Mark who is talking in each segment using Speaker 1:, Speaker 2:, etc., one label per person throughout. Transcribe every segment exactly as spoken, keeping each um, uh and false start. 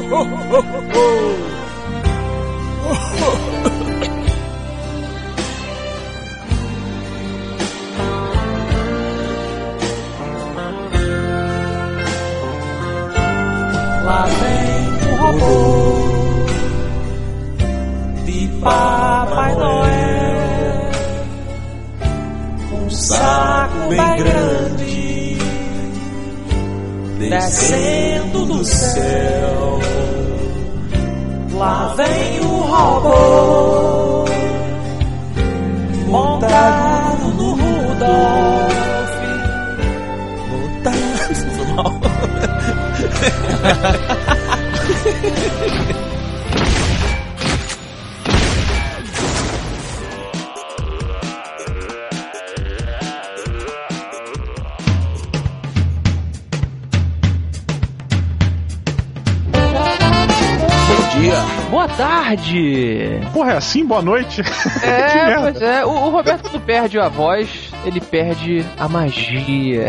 Speaker 1: Lá vem o robô de Papai Noel, um saco bem grande descendo do céu. Lá vem o robô montado no Rudolph, montado no
Speaker 2: Boa tarde!
Speaker 3: Porra, é assim? Boa noite?
Speaker 2: É, pois é. O, o Roberto não perde a voz, ele perde a magia.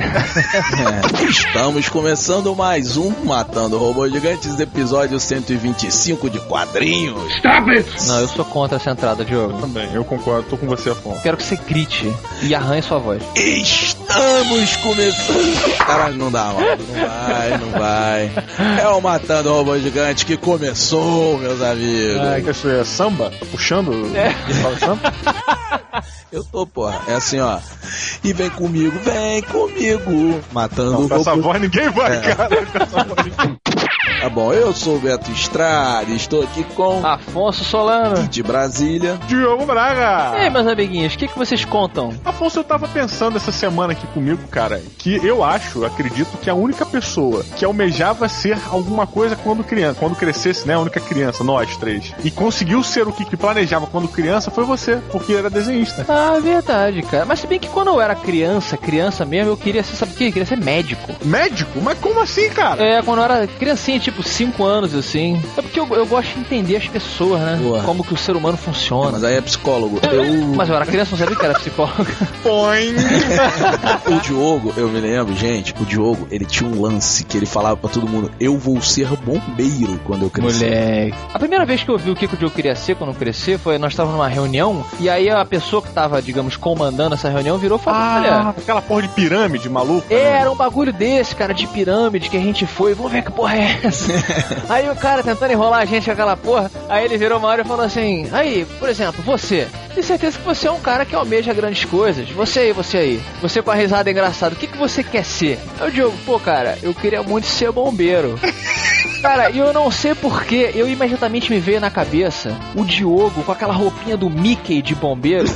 Speaker 4: Estamos começando mais um Matando Robôs Gigantes, episódio cento e vinte e cinco de quadrinhos.
Speaker 2: Stop it! Não, eu sou contra essa entrada, Diogo.
Speaker 3: Também, eu concordo, tô com você, Afonso.
Speaker 2: Quero que você grite e arranhe sua voz.
Speaker 4: Estamos começando... Caralho, não dá, mano. Não vai, não vai. É o Matando Robôs Gigantes que começou, meus amigos.
Speaker 3: Ah, que isso é samba? Tá puxando?
Speaker 2: É.
Speaker 3: Fala samba?
Speaker 4: Eu tô, porra. É assim, ó. E vem comigo, vem comigo. Matando
Speaker 3: não,
Speaker 4: o
Speaker 3: com essa voz ninguém vai, é. cara. Com essa voz ninguém...
Speaker 4: Tá bom, eu sou o Beto Estrada, estou aqui com
Speaker 2: Afonso Solano,
Speaker 4: de Brasília,
Speaker 3: Diogo Braga.
Speaker 2: E aí, meus amiguinhos, o que, que vocês contam?
Speaker 3: Afonso, eu tava pensando essa semana aqui comigo, cara, que eu acho, acredito que a única pessoa que almejava ser alguma coisa quando criança, quando crescesse, né, a única criança, nós três, e conseguiu ser o que planejava quando criança foi você, porque era desenhista.
Speaker 2: Ah, verdade, cara. Mas se bem que quando eu era criança, criança mesmo, eu queria ser, sabe o quê? Eu queria ser médico.
Speaker 3: Médico? Mas como assim, cara?
Speaker 2: É, quando eu era criancinha, tipo cinco anos, assim. É porque eu, eu gosto de entender as pessoas, né? Boa. Como que o ser humano funciona.
Speaker 4: Mas aí é psicólogo.
Speaker 2: Eu... Mas eu era criança, não sabia que era psicólogo.
Speaker 3: Põe!
Speaker 4: O Diogo, eu me lembro, gente, o Diogo, ele tinha um lance que ele falava pra todo mundo: eu vou ser bombeiro quando eu crescer.
Speaker 2: Moleque. A primeira vez que eu vi o que o Diogo queria ser quando eu crescer foi, nós estávamos numa reunião, e aí a pessoa que tava, digamos, comandando essa reunião virou e falou:
Speaker 3: ah,
Speaker 2: olha,
Speaker 3: aquela porra de pirâmide maluca.
Speaker 2: É, né? Era um bagulho desse, cara, de pirâmide que a gente foi, vamos ver que porra é essa. Aí o cara tentando enrolar a gente com aquela porra, aí ele virou uma hora e falou assim: aí, por exemplo, você, tenho certeza que você é um cara que almeja grandes coisas. Você aí, você aí, você com a risada engraçada, o que, que você quer ser? Aí o Diogo, pô, cara, eu queria muito ser bombeiro. Cara, e eu não sei porquê, eu imediatamente me veio na cabeça o Diogo com aquela roupinha do Mickey de bombeiro,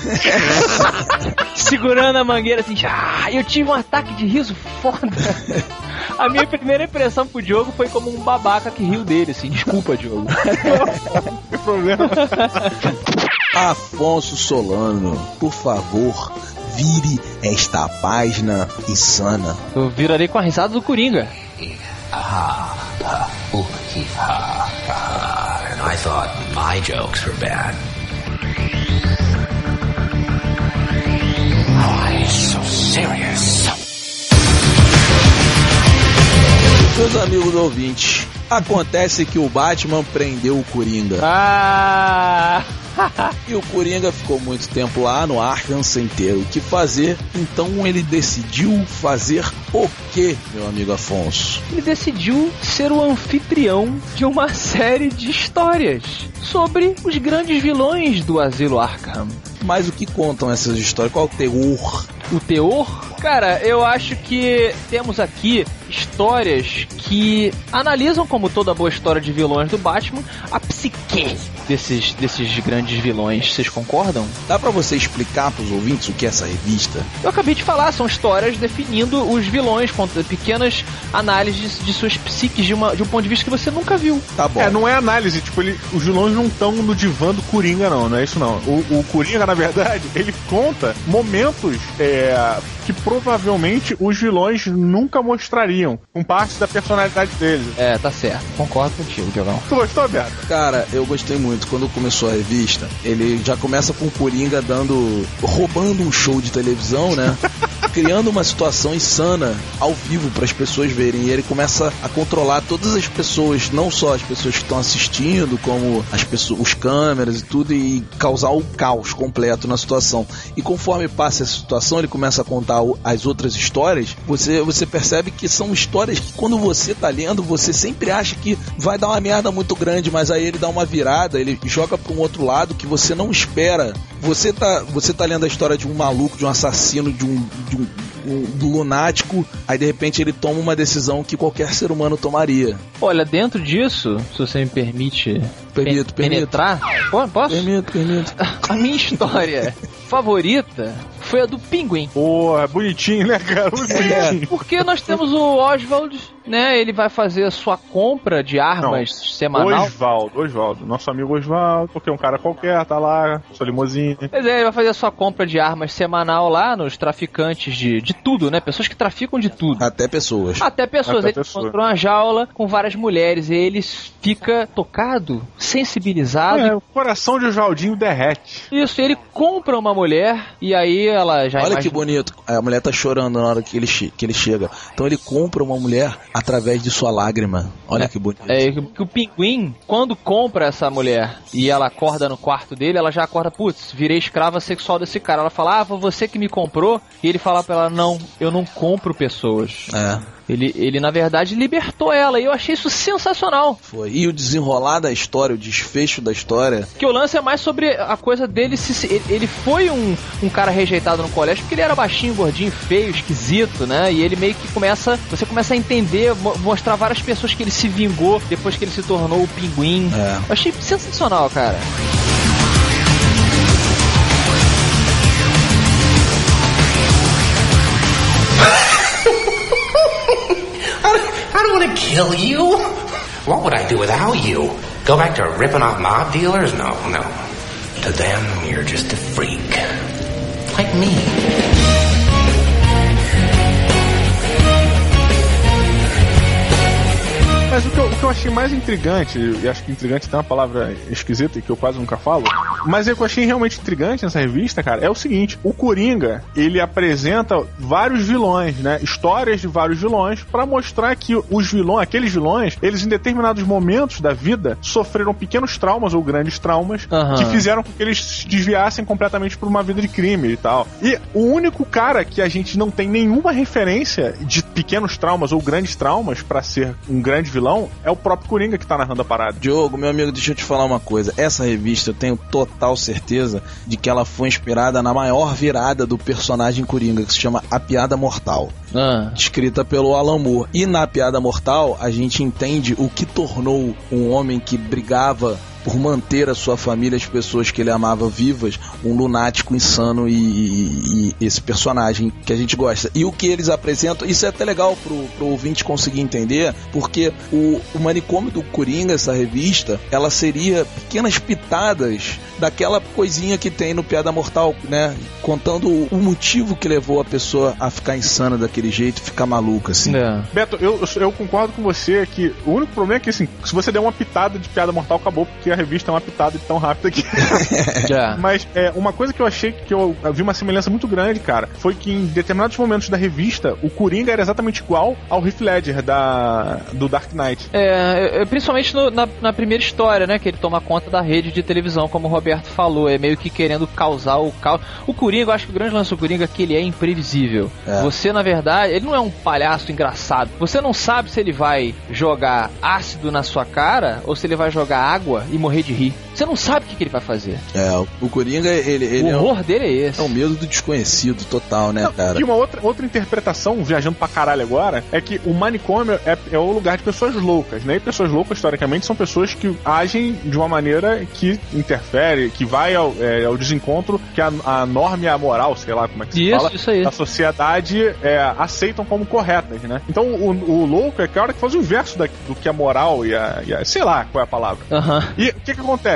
Speaker 2: segurando a mangueira assim, ah, eu tive um ataque de riso foda. A minha primeira impressão pro Diogo foi como um babaca que riu dele, assim, desculpa, Diogo.
Speaker 3: Não tem problema.
Speaker 4: Afonso Solano, por favor, vire esta página insana.
Speaker 2: Eu virarei com a risada do Coringa.
Speaker 5: Ah, ah, uh, ah, ah, and I thought my jokes were bad. Why so serious?
Speaker 4: Meus amigos ouvintes, acontece que o Batman prendeu o Coringa.
Speaker 2: Ah!
Speaker 4: E o Coringa ficou muito tempo lá no Arkham sem ter o que fazer, então ele decidiu fazer o quê, meu amigo Afonso?
Speaker 2: Ele decidiu ser o anfitrião de uma série de histórias sobre os grandes vilões do Asilo Arkham.
Speaker 4: Mas o que contam essas histórias? Qual o teor?
Speaker 2: O teor? Cara, eu acho que temos aqui histórias que analisam, como toda boa história de vilões do Batman, a psique desses, desses grandes vilões. Vocês concordam?
Speaker 4: Dá pra você explicar pros ouvintes o que é essa revista?
Speaker 2: Eu acabei de falar, são histórias definindo os vilões, com pequenas análises de suas psiques de, uma, de um ponto de vista que você nunca viu.
Speaker 4: Tá bom.
Speaker 3: É, não é análise, tipo, ele, os vilões não estão no divã do Coringa, não, não é isso não. O, o Coringa, na verdade, ele conta momentos é, que provavelmente os vilões nunca mostrariam, com parte da personalidade deles.
Speaker 2: É, tá certo. Concordo contigo, Diogão.
Speaker 3: Tu gostou, Beto?
Speaker 4: Cara, eu gostei muito. Quando começou a revista, ele já começa com o Coringa dando... roubando um show de televisão, né? criando uma situação insana ao vivo para as pessoas verem. E ele começa a controlar todas as pessoas, não só as pessoas que estão assistindo, como as pessoas, os câmeras e tudo, e causar o caos completo na situação. E conforme passa essa situação, ele começa a contar as outras histórias. Você, você percebe que são histórias que, quando você tá lendo, você sempre acha que vai dar uma merda muito grande, mas aí ele dá uma virada, ele joga para um outro lado que você não espera. Você tá, você tá lendo a história de um maluco, de um assassino, de um, de um, um do lunático, aí de repente ele toma uma decisão que qualquer ser humano tomaria.
Speaker 2: Olha, dentro disso, se você me permite
Speaker 4: permito,
Speaker 2: pen- penetrar,
Speaker 4: permito.
Speaker 2: posso?
Speaker 4: Permito, permito.
Speaker 2: A minha história favorita foi a do Pinguim.
Speaker 3: Pô, é bonitinho, né, cara? Muito bonitinho.
Speaker 2: Porque nós temos o Oswald, né? Ele vai fazer a sua compra de armas
Speaker 3: Não,
Speaker 2: semanal.
Speaker 3: Oswaldo, Oswaldo, nosso amigo Oswaldo, porque é um cara qualquer, tá lá, sua limusine.
Speaker 2: Pois é, ele vai fazer a sua compra de armas semanal lá nos traficantes de, de tudo, né? Pessoas que traficam de tudo.
Speaker 4: Até pessoas.
Speaker 2: Até pessoas.
Speaker 3: Até
Speaker 2: ele
Speaker 3: pessoa.
Speaker 2: encontrou uma jaula com várias mulheres e ele fica tocado, sensibilizado.
Speaker 3: É, o coração de Oswaldinho derrete.
Speaker 2: Isso, ele compra uma mulher e aí ela já
Speaker 4: Olha
Speaker 2: imagina...
Speaker 4: que bonito. A mulher tá chorando na hora que ele, che- que ele chega. Então ele compra uma mulher através de sua lágrima. Olha
Speaker 2: É,
Speaker 4: que bonito.
Speaker 2: É que, que o Pinguim, quando compra essa mulher e ela acorda no quarto dele, ela já acorda, putz, virei escrava sexual desse cara. Ela fala, ah, foi você que me comprou? E ele fala pra ela, não, eu não compro pessoas.
Speaker 4: É.
Speaker 2: Ele, ele, na verdade, libertou ela e eu achei isso sensacional.
Speaker 4: Foi. E o desenrolar da história, o desfecho da história.
Speaker 2: Que o lance é mais sobre a coisa dele. Se, ele, ele foi um, um cara rejeitado no colégio porque ele era baixinho, gordinho, feio, esquisito, né? E ele meio que começa. Você começa a entender, mo- mostrar várias pessoas que ele se vingou depois que ele se tornou o Pinguim.
Speaker 4: É.
Speaker 2: Eu achei sensacional, cara.
Speaker 5: I don't want to kill you. What would I do without you? Go back to ripping off mob dealers? No, no. To them, you're just a freak. Like me.
Speaker 3: Mas o que, eu, o que eu achei mais intrigante, e acho que intrigante tem uma palavra esquisita e que eu quase nunca falo, mas o que eu achei realmente intrigante nessa revista, cara, é o seguinte: o Coringa, ele apresenta vários vilões, né? Histórias de vários vilões pra mostrar que os vilões, aqueles vilões, eles em determinados momentos da vida sofreram pequenos traumas ou grandes traumas
Speaker 2: Aham.
Speaker 3: que fizeram com que eles se desviassem completamente por uma vida de crime e tal. E o único cara que a gente não tem nenhuma referência de pequenos traumas ou grandes traumas pra ser um grande vilão é o próprio Coringa que tá narrando a parada.
Speaker 4: Diogo, meu amigo, deixa eu te falar uma coisa. Essa revista, eu tenho total certeza de que ela foi inspirada na maior virada do personagem Coringa, que se chama A Piada Mortal.
Speaker 2: Ah.
Speaker 4: Escrita pelo Alan Moore. E na Piada Mortal, a gente entende o que tornou um homem que brigava por manter a sua família, as pessoas que ele amava vivas, um lunático insano e, e, e esse personagem que a gente gosta. E o que eles apresentam, isso é até legal pro, pro ouvinte conseguir entender, porque o, o manicômio do Coringa, essa revista, ela seria pequenas pitadas daquela coisinha que tem no Piada Mortal, né? Contando o, o motivo que levou a pessoa a ficar insana daquele jeito, ficar maluca, assim.
Speaker 2: É.
Speaker 3: Beto, eu, eu, eu concordo com você que o único problema é que, assim, se você der uma pitada de Piada Mortal, acabou, porque a revista é uma pitada de tão rápida que...
Speaker 2: Já.
Speaker 3: Mas é, uma coisa que eu achei que eu, eu vi uma semelhança muito grande, cara, foi que em determinados momentos da revista, o Coringa era exatamente igual ao Heath Ledger da, do Dark Knight.
Speaker 2: É, é, principalmente no, na, na primeira história, né? Que ele toma conta da rede de televisão, como o Roberto falou. É meio que querendo causar o caos. O Coringa, eu acho que o grande lance do Coringa é que ele é imprevisível.
Speaker 4: É.
Speaker 2: Você, na verdade, ele não é um palhaço engraçado. Você não sabe se ele vai jogar ácido na sua cara ou se ele vai jogar água e morrer de rir. Você não sabe o que, que ele vai fazer.
Speaker 4: É, o Coringa, ele, ele
Speaker 2: o
Speaker 4: é,
Speaker 2: horror
Speaker 4: um,
Speaker 2: dele é esse.
Speaker 4: é um medo do desconhecido total, né, cara?
Speaker 3: E uma outra, outra interpretação, viajando pra caralho agora, é que o manicômio é, é o lugar de pessoas loucas, né? E pessoas loucas, historicamente, são pessoas que agem de uma maneira que interfere, que vai ao, é, ao desencontro que a, a norma e a moral, sei lá como é que se
Speaker 2: Isso,
Speaker 3: fala,
Speaker 2: isso aí.
Speaker 3: da sociedade é, aceitam como corretas, né? Então o, o louco é que é a hora que faz o inverso da, do que a moral e a, e a... sei lá qual é a palavra.
Speaker 2: Aham.
Speaker 3: E o que que acontece?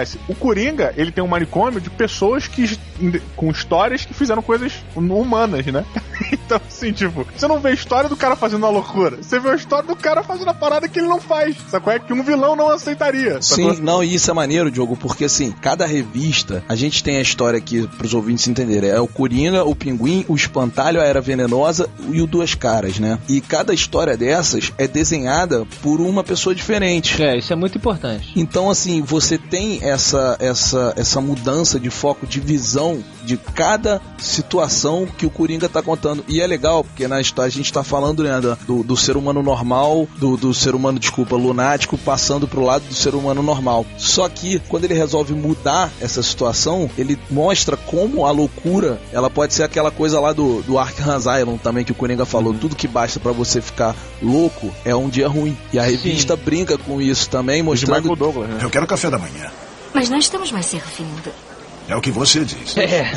Speaker 3: acontece? O Coringa, ele tem um manicômio de pessoas que com histórias que fizeram coisas humanas, né? Então, assim, tipo, você não vê a história do cara fazendo uma loucura, você vê a história do cara fazendo a parada que ele não faz, sacou? É que um vilão não aceitaria. Sacou?
Speaker 4: Sim, não, e isso é maneiro, Diogo, porque assim, cada revista, a gente tem a história aqui pros ouvintes entenderem, é o Coringa, o Pinguim, o Espantalho, a Era Venenosa e o Duas Caras, né? E cada história dessas é desenhada por uma pessoa diferente.
Speaker 2: É, isso é muito importante.
Speaker 4: Então, assim, você tem essa, essa, essa mudança de foco, de visão de cada situação que o Coringa tá contando. E é legal, porque na história a gente tá falando, né, do, do ser humano normal, do, do ser humano, desculpa, lunático, passando pro lado do ser humano normal. Só que, quando ele resolve mudar essa situação, ele mostra como a loucura, ela pode ser aquela coisa lá do, do Arkham Asylum também, que o Coringa falou, uhum. Tudo que basta pra você ficar louco é um dia ruim. E a revista Sim. brinca com isso também, mostrando...
Speaker 3: Douglas, né?
Speaker 6: Eu quero café da manhã.
Speaker 7: Mas nós estamos mais cedo, Findo.
Speaker 6: É o que você diz.
Speaker 2: É.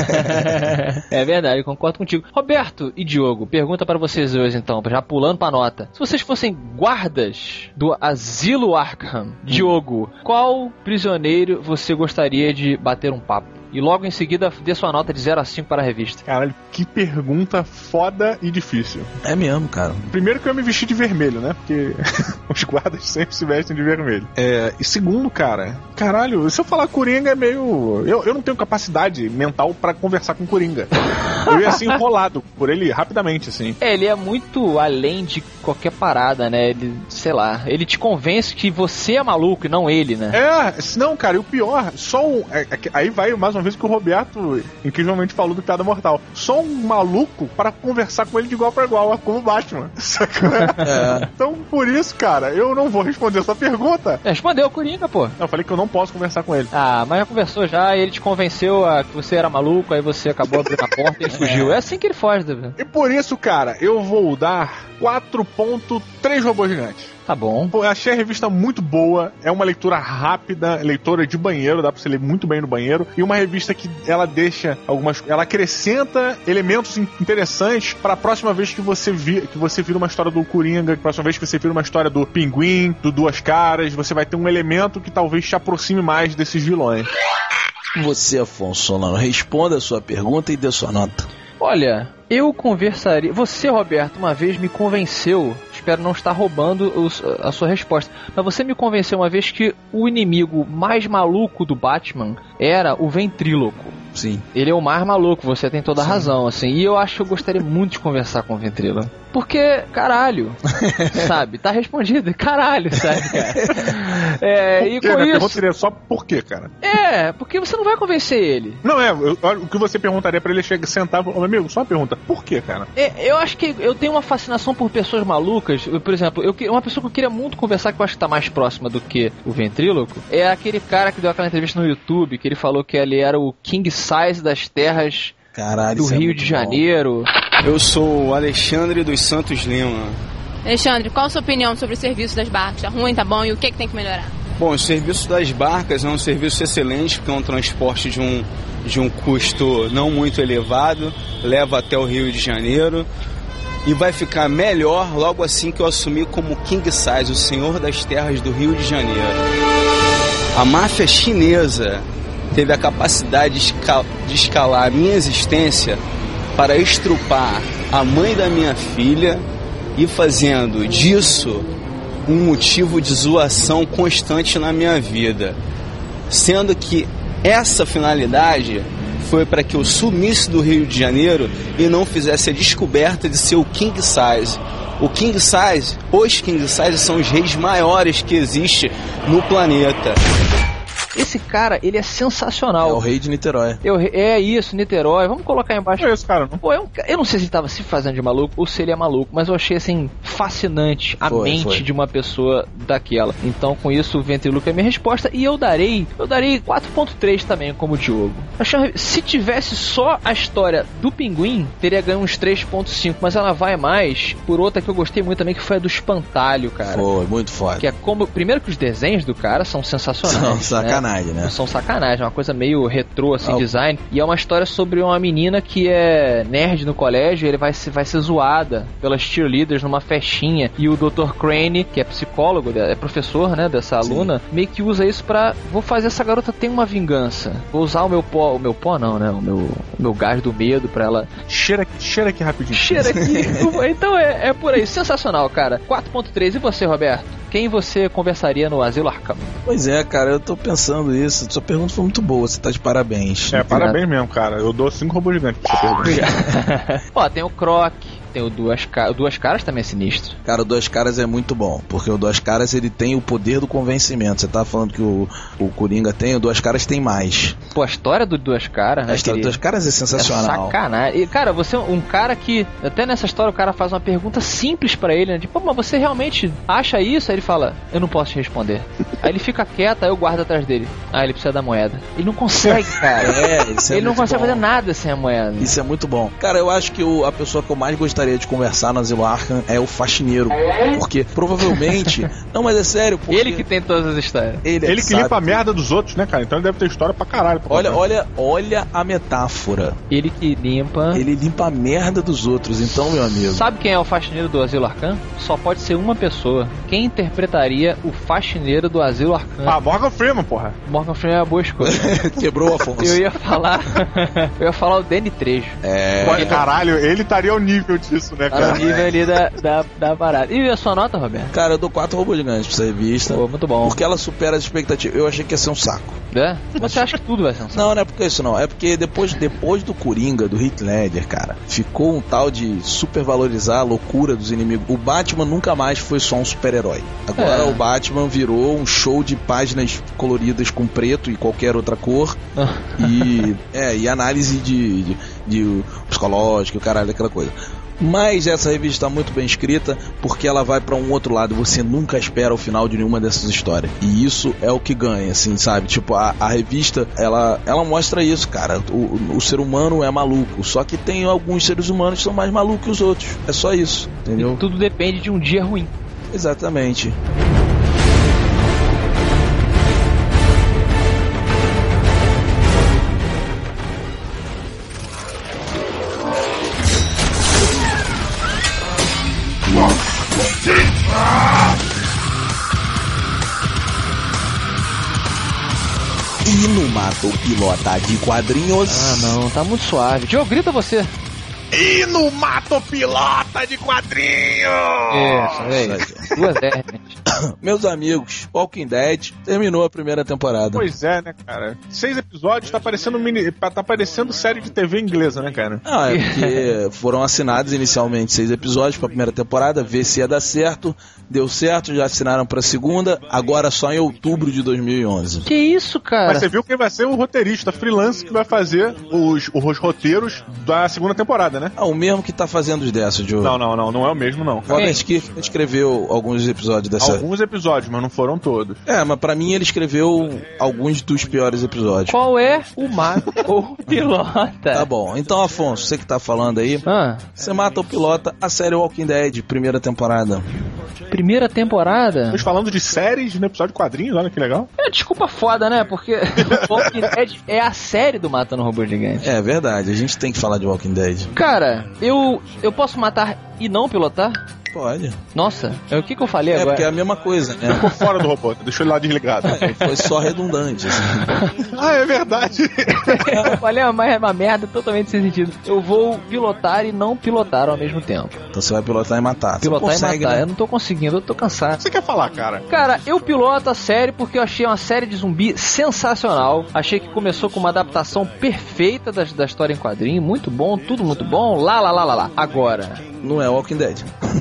Speaker 2: É verdade, eu concordo contigo. Roberto e Diogo, pergunta para vocês dois então, já pulando pra nota. Se vocês fossem guardas do Asilo Arkham, Diogo, qual prisioneiro você gostaria de bater um papo? E logo em seguida, dê sua nota de zero a cinco para a revista.
Speaker 3: Caralho, que pergunta foda e difícil.
Speaker 4: É mesmo, cara.
Speaker 3: Primeiro que eu me vesti de vermelho, né? Porque os guardas sempre se vestem de vermelho. É, e segundo, cara, caralho, se eu falar Coringa é meio... Eu, eu não tenho capacidade mental pra conversar com Coringa. Eu ia ser enrolado por ele rapidamente, assim.
Speaker 2: É, ele é muito além de qualquer parada, né? Ele, sei lá, ele te convence que você é maluco e não ele, né?
Speaker 3: É, não, cara, e o pior, só um... É, é, aí vai mais uma vez que o Roberto incrivelmente falou do Piada Mortal. Só um maluco para conversar com ele de igual para igual, como o Batman. É. Então, por isso, cara, eu não vou responder essa pergunta.
Speaker 2: É, respondeu o Coringa, pô.
Speaker 3: Eu falei que eu não posso conversar com ele.
Speaker 2: Ah, mas já conversou já, e ele te convenceu a que você era maluco, aí você acabou abrindo a porta e ele fugiu. É assim que ele foge, David.
Speaker 3: E por isso, cara, eu vou dar quatro ponto três robôs gigantes.
Speaker 2: Tá bom.
Speaker 3: Pô, eu achei a revista muito boa, é uma leitura rápida, leitora de banheiro, dá pra você ler muito bem no banheiro, e uma revista que ela deixa algumas... ela acrescenta elementos interessantes pra próxima vez que você vir, que você vira uma história do Coringa, que próxima vez que você vira uma história do Pinguim, do Duas Caras, você vai ter um elemento que talvez te aproxime mais desses vilões.
Speaker 4: Você, Afonso Solano, responda a sua pergunta e dê sua nota.
Speaker 2: Olha, eu conversaria... Você, Roberto, uma vez me convenceu, espero não estar roubando os, a sua resposta, mas você me convenceu uma vez que o inimigo mais maluco do Batman era o Ventríloco.
Speaker 4: Sim.
Speaker 2: Ele é o mais maluco, você tem toda a
Speaker 4: Sim.
Speaker 2: razão, assim. E eu acho que eu gostaria muito de conversar com o Ventríloco. Porque, caralho, sabe? Tá respondido, caralho, sabe, cara? É, e com
Speaker 3: isso... A pergunta seria só por quê, cara?
Speaker 2: É, porque você não vai convencer ele.
Speaker 3: Não, é, eu, o que você perguntaria pra ele é chegar, sentar e falar, meu amigo, só uma pergunta, por quê, cara?
Speaker 2: É, eu acho que eu tenho uma fascinação por pessoas malucas. Eu, por exemplo, eu, uma pessoa que eu queria muito conversar, que eu acho que tá mais próxima do que o Ventríloco, é aquele cara que deu aquela entrevista no YouTube, que ele falou que ele era o King Size das terras
Speaker 4: Caralho,
Speaker 2: do Rio
Speaker 4: é
Speaker 2: de Janeiro.
Speaker 8: Eu sou o Alexandre dos Santos Lima.
Speaker 9: Alexandre, qual a sua opinião sobre o serviço das barcas? Tá ruim, tá bom? E o que, que tem que melhorar?
Speaker 8: Bom, o serviço das barcas é um serviço excelente, porque é um transporte de um, de um custo não muito elevado, leva até o Rio de Janeiro e vai ficar melhor logo assim que eu assumir como King Size, o senhor das terras do Rio de Janeiro. A máfia chinesa teve a capacidade de, escal- de escalar a minha existência para estrupar a mãe da minha filha e fazendo disso um motivo de zoação constante na minha vida, sendo que essa finalidade foi para que eu sumisse do Rio de Janeiro e não fizesse a descoberta de ser o King Size. O King Size, os King Size são os reis maiores que existem no planeta.
Speaker 2: Esse cara, ele é sensacional.
Speaker 4: É o rei de Niterói.
Speaker 2: Eu, é isso, Niterói. Vamos colocar aí embaixo.
Speaker 3: Não é esse cara, não?
Speaker 2: Pô, é um, eu não sei se ele tava se fazendo de maluco ou se ele é maluco, mas eu achei, assim, fascinante a foi, mente foi. de uma pessoa daquela. Então, com isso, o Ventríloco é a minha resposta. E eu darei, eu darei quatro ponto três também, como o Diogo. Se tivesse só a história do Pinguim, teria ganho uns três ponto cinco, mas ela vai mais por outra que eu gostei muito também, que foi a do Espantalho, cara.
Speaker 4: Foi, muito foda.
Speaker 2: Que é como... Primeiro que os desenhos do cara são sensacionais.
Speaker 4: Não, sacanagem. sacanagem, né?
Speaker 2: São sacanagem, uma coisa meio retrô, assim,
Speaker 4: Ah,
Speaker 2: design. E é uma história sobre uma menina que é nerd no colégio, e ele vai ser, vai ser zoada pelas cheerleaders numa festinha. E o doutor Crane, que é psicólogo, é professor, né, dessa aluna, Sim. meio que usa isso pra... Vou fazer essa garota ter uma vingança. Vou usar o meu pó... O meu pó não, né? O meu, o meu gás do medo pra ela...
Speaker 3: Cheira aqui, cheira aqui rapidinho.
Speaker 2: Cheira aqui. Então é, é por aí. Sensacional, cara. quatro ponto três. E você, Roberto? Quem você conversaria no Asilo Arkham?
Speaker 4: Pois é, cara, eu tô pensando isso. Sua pergunta foi muito boa, você tá de parabéns.
Speaker 3: É, parabéns mesmo, cara. Eu dou cinco robôs gigantes pra essa pergunta.
Speaker 2: Ó, tem o Croc, tem o Duas Caras. O Duas Caras também é sinistro.
Speaker 4: Cara, o Duas Caras é muito bom, porque o Duas Caras ele tem o poder do convencimento. Você tá falando que o, o Coringa tem, o Duas Caras tem mais.
Speaker 2: Pô, a história do Duas Caras, né?
Speaker 4: A história do Duas Caras é sensacional.
Speaker 2: É sacanagem. E, cara, você é um cara que, até nessa história, o cara faz uma pergunta simples pra ele, né? Tipo, mas você realmente acha isso? Aí ele fala, eu não posso te responder. Aí ele fica quieto, aí eu guardo atrás dele. Ah, ele precisa da moeda. Ele não consegue, cara.
Speaker 4: É, isso é
Speaker 2: ele não consegue
Speaker 4: bom.
Speaker 2: fazer nada sem a moeda.
Speaker 4: Isso é muito bom. Cara, eu acho que o, a pessoa que eu mais gostaria de conversar no Asilo Arkham é o faxineiro. Porque provavelmente... Não, mas é sério. Porque
Speaker 2: ele que tem todas as histórias.
Speaker 3: Ele, ele que
Speaker 4: sabe.
Speaker 3: limpa a merda dos outros, né, cara? Então ele deve ter história pra caralho. Pra
Speaker 4: olha, olha, olha a metáfora.
Speaker 2: Ele que limpa...
Speaker 4: Ele limpa a merda dos outros. Então, meu amigo...
Speaker 2: Sabe quem é o faxineiro do Asilo Arkham? Só pode ser uma pessoa. Quem interpretaria o faxineiro do Asilo Arkham?
Speaker 3: Ah, Morgan Freeman, porra.
Speaker 2: Morgan Freeman é uma boa escolha.
Speaker 4: Quebrou o Afonso.
Speaker 2: Eu ia falar... eu ia falar o Danny Trejo.
Speaker 3: É... Pô, caralho, ele estaria ao nível disso, né, cara?
Speaker 2: Ao nível ali da, da, da parada. E a sua nota, Roberto?
Speaker 4: Cara, eu dou quatro robôs gigantes pra essa revista.
Speaker 2: Pô, muito bom.
Speaker 4: Porque ela supera as expectativas. Eu achei que ia ser um saco.
Speaker 2: É? Você acha que tudo vai ser um saco?
Speaker 4: Não, não é porque isso não. É porque depois, depois do Coringa, do Heath Ledger, cara, ficou um tal de supervalorizar a loucura dos inimigos. O Batman nunca mais foi só um super-herói. Agora é. o Batman virou um show de páginas coloridas com preto e qualquer outra cor. e, é, e análise de, de, de psicológico, caralho, aquela coisa. Mas essa revista está muito bem escrita porque ela vai para um outro lado. Você nunca espera o final de nenhuma dessas histórias. E isso é o que ganha, assim, sabe? Tipo, a, a revista, ela, ela mostra isso, cara. O, o ser humano é maluco. Só que tem alguns seres humanos que são mais malucos que os outros. É só isso, entendeu?
Speaker 2: E tudo depende de um dia ruim.
Speaker 4: Exatamente. E no Mato Pilota de Quadrinhos...
Speaker 2: Ah, não, tá muito suave. Diogo, grita você.
Speaker 3: E no Mato Pilota de Quadrinhos!
Speaker 2: Isso, é isso. Duas R, gente.
Speaker 4: Meus amigos, Walking Dead terminou a primeira temporada.
Speaker 3: Pois é, né, cara? Seis episódios, tá parecendo, mini, tá parecendo série de T V inglesa, né, cara?
Speaker 4: Ah, é porque foram assinados inicialmente seis episódios pra primeira temporada, ver se ia dar certo. Deu certo, já assinaram pra segunda, agora só em outubro de dois mil e onze.
Speaker 2: Que isso, cara?
Speaker 3: Mas você viu quem vai ser o roteirista freelance que vai fazer os, os roteiros da segunda temporada, né?
Speaker 4: Ah, o mesmo que tá fazendo os dessa, Diogo.
Speaker 3: Não, não, não, não é o mesmo, não.
Speaker 4: O Robert Kirkman escreveu alguns episódios dessa...
Speaker 3: Alguns episódios, mas não foram todos.
Speaker 4: É, mas pra mim ele escreveu alguns dos piores episódios.
Speaker 2: Qual é o Mato ou Pilota?
Speaker 4: Tá bom, então Afonso, você que tá falando aí,
Speaker 2: ah.
Speaker 4: você mata o Pilota, a série Walking Dead, primeira temporada.
Speaker 2: Primeira temporada?
Speaker 3: Estamos falando de séries no episódio de quadrinhos, olha que legal.
Speaker 2: É, desculpa foda, né? Porque Walking Dead é a série do Matando Robô Gigante.
Speaker 4: É verdade, a gente tem que falar de Walking Dead.
Speaker 2: Cara, eu, eu posso matar e não pilotar?
Speaker 4: Pode.
Speaker 2: Nossa, é o que que eu falei
Speaker 4: é,
Speaker 2: agora?
Speaker 4: É porque é a mesma coisa, né?
Speaker 3: Ficou fora do robô, deixou ele lá desligado.
Speaker 4: É, foi só redundante, assim.
Speaker 3: Ah, é verdade.
Speaker 2: Eu falei uma, uma merda totalmente sem sentido. Eu vou pilotar e não pilotar ao mesmo tempo.
Speaker 4: Então você vai pilotar e matar.
Speaker 2: Pilotar
Speaker 4: você consegue,
Speaker 2: e matar.
Speaker 4: Né?
Speaker 2: Eu não tô conseguindo, eu tô cansado.
Speaker 3: O que você quer falar, cara?
Speaker 2: Cara, eu piloto a série porque eu achei uma série de zumbi sensacional. Achei que começou com uma adaptação perfeita da, da história em quadrinho. Muito bom, tudo muito bom. Lá, lá, lá, lá, lá. Agora...
Speaker 4: Não é Walking Dead.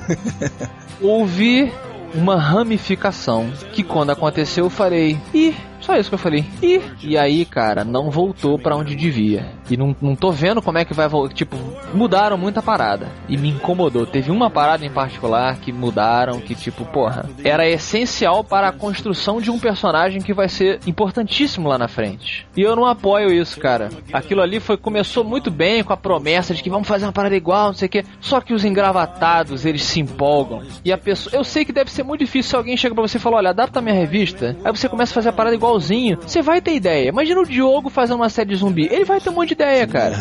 Speaker 2: Houve uma ramificação que quando aconteceu eu falei, ih, só isso que eu falei, ih, e aí, cara, não voltou pra onde devia. E não, não tô vendo como é que vai voltar. Tipo, mudaram muita parada e me incomodou. Teve uma parada em particular que mudaram, que tipo, porra, era essencial para a construção de um personagem que vai ser importantíssimo lá na frente. E eu não apoio isso, cara. Aquilo ali foi, começou muito bem com a promessa de que vamos fazer uma parada igual, não sei o que. Só que os engravatados, eles se empolgam. E a pessoa, eu sei que deve ser muito difícil se alguém chega pra você e fala, olha, adapta a minha revista. Aí você começa a fazer a parada igual igualzinho, você vai ter ideia. Imagina o Diogo fazendo uma série de zumbi. Ele vai ter um monte de ideia, cara.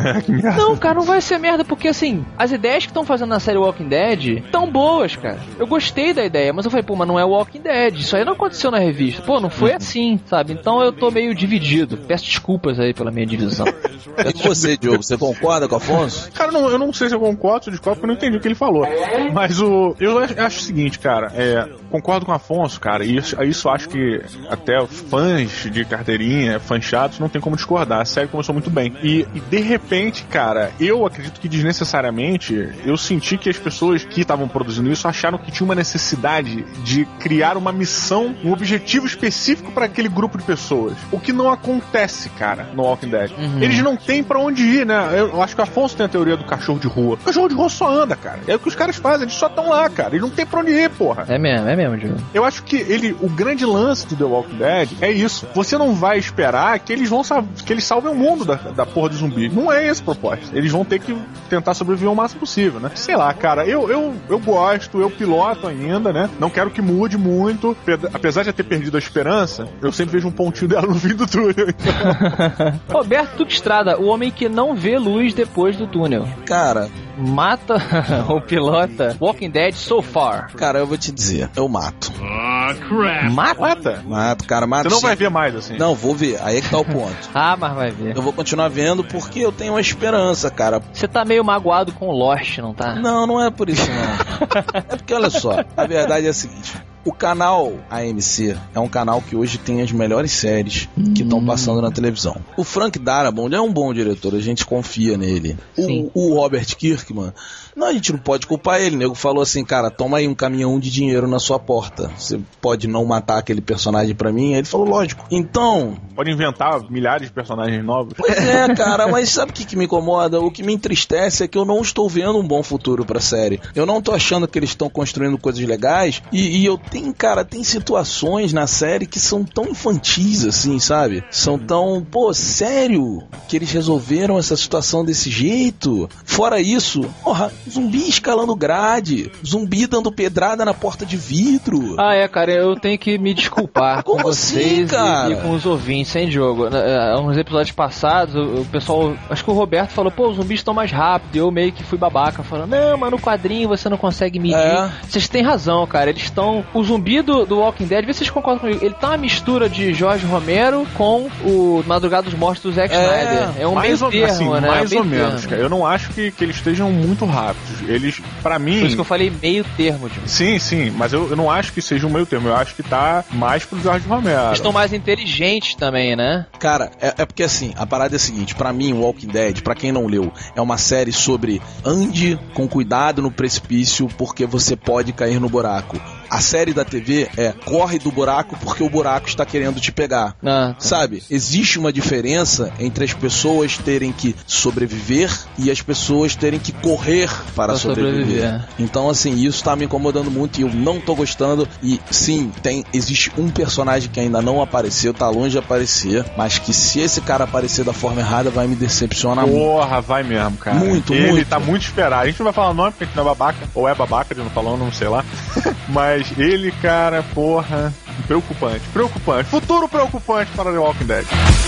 Speaker 2: Não, cara, não vai ser merda, porque assim, as ideias que estão fazendo na série Walking Dead tão boas, cara. Eu gostei da ideia, mas eu falei, pô, mas não é Walking Dead. Isso aí não aconteceu na revista. Pô, não foi assim, sabe? Então eu tô meio dividido. Peço desculpas aí pela minha divisão.
Speaker 4: E você, Diogo, você concorda com o Afonso?
Speaker 3: Cara, não, eu não sei se eu concordo ou discordo, porque eu não entendi o que ele falou. Mas o, eu acho, acho o seguinte, cara, é, concordo com o Afonso, cara, e isso, isso acho que até fãs de carteirinha, fãs chatos, não tem como discordar. A série começou muito bem. E, e de repente, cara, eu acredito que desnecessariamente eu senti que as pessoas que estavam produzindo isso acharam que tinha uma necessidade de criar uma missão, um objetivo específico para aquele grupo de pessoas. O que não acontece, cara, no Walking Dead. Uhum. Eles não têm pra onde ir, né? Eu acho que o Afonso tem a teoria do cachorro de rua. O cachorro de rua só anda, cara. É o que os caras fazem, eles só estão lá, cara. Eles não tem pra onde ir, porra.
Speaker 2: É mesmo, é mesmo, Diogo.
Speaker 3: Eu acho que ele, o grande lance do The Walking Dead é isso. Você não vai esperar que eles vão que eles salvem o mundo da, da porra do zumbi. Não é essa a proposta. Eles vão ter que tentar sobreviver o máximo possível, né? Sei lá, cara, eu, eu, eu gosto, eu piloto ainda, né? Não quero que mude muito. Apesar de eu ter perdido a esperança, eu sempre vejo um pontinho dela no fim do túnel. Então.
Speaker 2: Roberto Duque Estrada, o homem que não vê luz depois do túnel.
Speaker 4: Cara,
Speaker 2: mata ou pilota Walking Dead so far?
Speaker 4: Cara, eu vou te dizer, eu mato.
Speaker 1: Ah, crap.
Speaker 2: Mata?
Speaker 4: Mato, cara, mato.
Speaker 3: Você não
Speaker 4: sim.
Speaker 3: vai ver mais, assim?
Speaker 4: Não, vou ver, aí é que tá o ponto.
Speaker 2: Ah, mas vai ver.
Speaker 4: Eu vou continuar vendo porque eu tenho uma esperança, cara.
Speaker 2: Você tá meio magoado com o Lost, não tá?
Speaker 4: Não, não é por isso, não. É porque, olha só, a verdade é a seguinte. O canal A M C é um canal que hoje tem as melhores séries hum. que estão passando na televisão. O Frank Darabont é um bom diretor, a gente confia nele. O, o Robert Kirkman, não, a gente não pode culpar ele. O nego falou assim, cara, toma aí um caminhão de dinheiro na sua porta. Você pode não matar aquele personagem pra mim? Aí ele falou, lógico. Então...
Speaker 3: Pode inventar milhares de personagens novos.
Speaker 4: Pois é, cara, mas sabe o que, que me incomoda? O que me entristece é que eu não estou vendo um bom futuro pra série. Eu não tô achando que eles estão construindo coisas legais e, e eu Tem, cara, tem situações na série que são tão infantis, assim, sabe? São tão, pô, sério que eles resolveram essa situação desse jeito? Fora isso, porra, zumbi escalando grade, zumbi dando pedrada na porta de vidro.
Speaker 2: Ah, é, cara, eu tenho que me desculpar com vocês
Speaker 4: assim, cara?
Speaker 2: E, e com os ouvintes, sem jogo. Há uns episódios passados, o, o pessoal, acho que o Roberto falou, pô, os zumbis estão mais rápidos, eu meio que fui babaca, falando, não, mas no quadrinho você não consegue medir. É. Vocês têm razão, cara, eles estão... O zumbi do, do Walking Dead, vê se vocês concordam comigo, ele tá uma mistura de Jorge Romero com o Madrugada dos Mortos do Zack é, Snyder. É um meio
Speaker 3: ou,
Speaker 2: termo,
Speaker 3: assim,
Speaker 2: né?
Speaker 3: Mais
Speaker 2: meio
Speaker 3: ou
Speaker 2: termo.
Speaker 3: menos, cara. Eu não acho que, que eles estejam muito rápidos. Eles, pra mim...
Speaker 2: Por isso que eu falei meio termo, Jim.
Speaker 3: Sim, sim, mas eu, eu não acho que seja um meio termo. Eu acho que tá mais pro Jorge Romero.
Speaker 2: Eles estão mais inteligentes também, né?
Speaker 4: Cara, é, é porque assim, a parada é a seguinte, pra mim, Walking Dead, pra quem não leu, é uma série sobre ande com cuidado no precipício porque você pode cair no buraco. A série da T V é corre do buraco porque o buraco está querendo te pegar. Ah, tá. Sabe? Existe uma diferença entre as pessoas terem que sobreviver e as pessoas terem que correr para sobreviver. sobreviver. Então, assim, isso tá me incomodando muito e eu não tô gostando. E sim, tem, existe um personagem que ainda não apareceu, tá longe de aparecer, mas que se esse cara aparecer da forma errada, vai me decepcionar muito.
Speaker 3: Porra, vai mesmo, cara.
Speaker 4: Muito,
Speaker 3: Ele
Speaker 4: muito.
Speaker 3: tá muito esperado. A gente não vai falar o nome porque a gente não é babaca, ou é babaca, ele não falou, não sei lá. Mas ele, cara, porra, preocupante, preocupante. Futuro preocupante para The Walking Dead.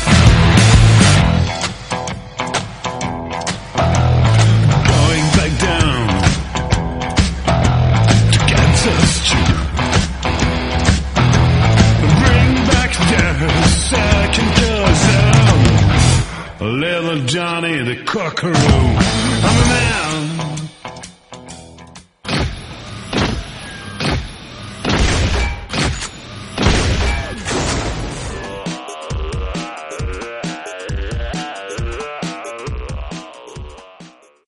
Speaker 6: Going back down to Kansas Street. Bring back the second cousin, little Johnny the Cockaroo. I'm a man